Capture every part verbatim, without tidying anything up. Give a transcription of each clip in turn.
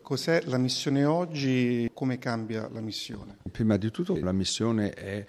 Cos'è la missione oggi? Come cambia la missione? Prima di tutto la missione è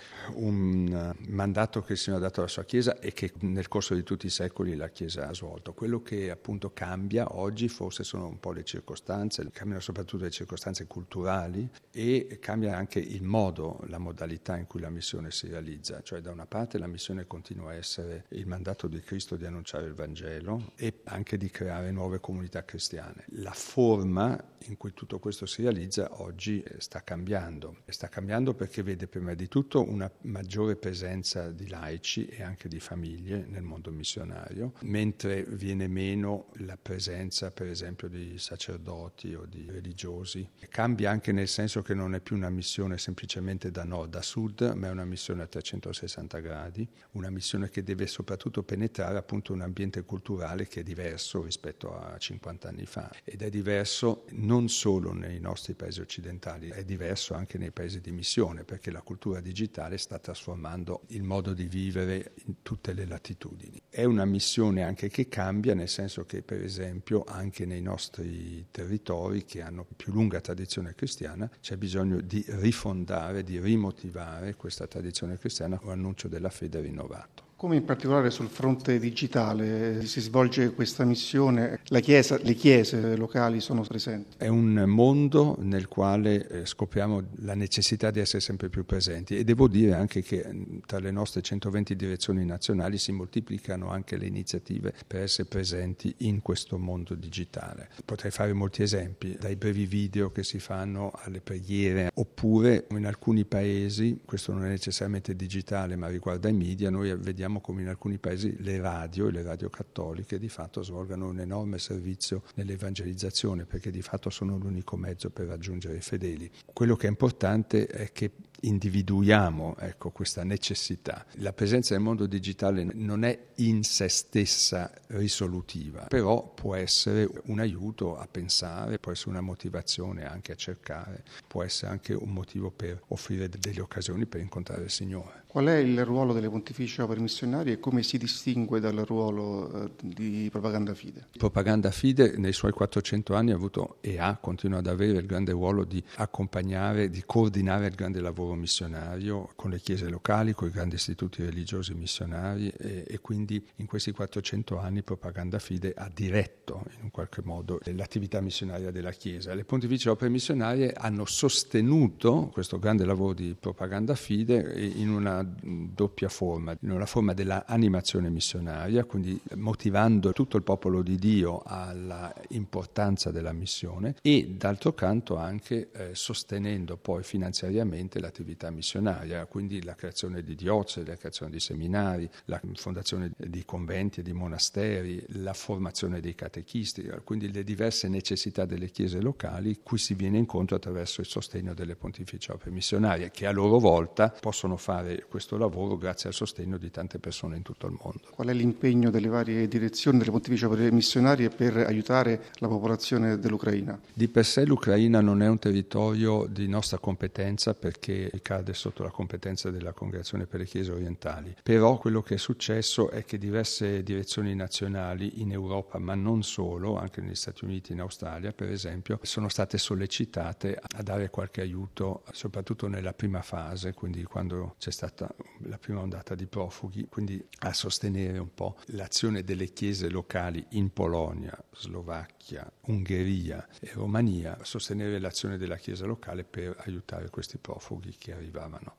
un mandato che il Signore ha dato alla sua Chiesa e che nel corso di tutti i secoli la Chiesa ha svolto. Quello che appunto cambia oggi forse sono un po' le circostanze, cambiano soprattutto le circostanze culturali e cambia anche il modo, la modalità in cui la missione si realizza. Cioè da una parte la missione continua a essere il mandato di Cristo di annunciare il Vangelo e anche di creare nuove comunità cristiane. La forma in cui tutto questo si realizza oggi sta cambiando. Sta cambiando perché vede prima di tutto una maggiore presenza di laici e anche di famiglie nel mondo missionario, mentre viene meno la presenza per esempio di sacerdoti o di religiosi. Cambia anche nel senso che non è più una missione semplicemente da nord a sud, ma è una missione a trecentosessanta gradi, una missione che deve soprattutto penetrare appunto un ambiente culturale che è diverso rispetto a cinquanta anni fa ed è diverso non solo nei nostri paesi occidentali, è diverso anche nei paesi di missione, perché la cultura digitale sta trasformando il modo di vivere in tutte le latitudini. È una missione anche che cambia, nel senso che per esempio anche nei nostri territori che hanno più lunga tradizione cristiana c'è bisogno di rifondare, di rimotivare questa tradizione cristiana con l'annuncio della fede rinnovato. Come in particolare sul fronte digitale si svolge questa missione? La chiesa, le chiese locali sono presenti? È un mondo nel quale scopriamo la necessità di essere sempre più presenti e devo dire anche che tra le nostre centoventi direzioni nazionali si moltiplicano anche le iniziative per essere presenti in questo mondo digitale. Potrei fare molti esempi, dai brevi video che si fanno alle preghiere, oppure in alcuni paesi, questo non è necessariamente digitale ma riguarda i media, noi vediamo come in alcuni paesi le radio e le radio cattoliche di fatto svolgano un enorme servizio nell'evangelizzazione, perché di fatto sono l'unico mezzo per raggiungere i fedeli. Quello che è importante è che individuiamo ecco, questa necessità. La presenza nel mondo digitale non è in sé stessa risolutiva, però può essere un aiuto a pensare, può essere una motivazione anche a cercare, può essere anche un motivo per offrire delle occasioni per incontrare il Signore. Qual è il ruolo delle Pontificie Opere Missionarie e come si distingue dal ruolo eh, di Propaganda Fide? Propaganda Fide nei suoi quattrocento anni ha avuto e ha, continua ad avere il grande ruolo di accompagnare, di coordinare il grande lavoro missionario con le chiese locali, con i grandi istituti religiosi missionari e, e quindi in questi quattrocento anni Propaganda Fide ha diretto in un qualche modo l'attività missionaria della Chiesa. Le Pontificie Opere Missionarie hanno sostenuto questo grande lavoro di Propaganda Fide in una doppia forma, in una forma della animazione missionaria, quindi motivando tutto il popolo di Dio alla importanza della missione e d'altro canto anche eh, sostenendo poi finanziariamente l'attività missionaria, quindi la creazione di diocesi, la creazione di seminari, la fondazione di conventi e di monasteri, la formazione dei catechisti, quindi le diverse necessità delle chiese locali cui si viene incontro attraverso il sostegno delle Pontificie Opere Missionarie, che a loro volta possono fare questo lavoro grazie al sostegno di tante persone in tutto il mondo. Qual è l'impegno delle varie direzioni delle Pontificie Opere Missionarie per aiutare la popolazione dell'Ucraina? Di per sé l'Ucraina non è un territorio di nostra competenza perché cade sotto la competenza della Congregazione per le Chiese Orientali, però quello che è successo è che diverse direzioni nazionali in Europa, ma non solo, anche negli Stati Uniti e in Australia per esempio, sono state sollecitate a dare qualche aiuto, soprattutto nella prima fase, quindi quando c'è stata la prima ondata di profughi, quindi a sostenere un po' l'azione delle chiese locali in Polonia, Slovacchia, Ungheria e Romania, a sostenere l'azione della chiesa locale per aiutare questi profughi che arrivavano.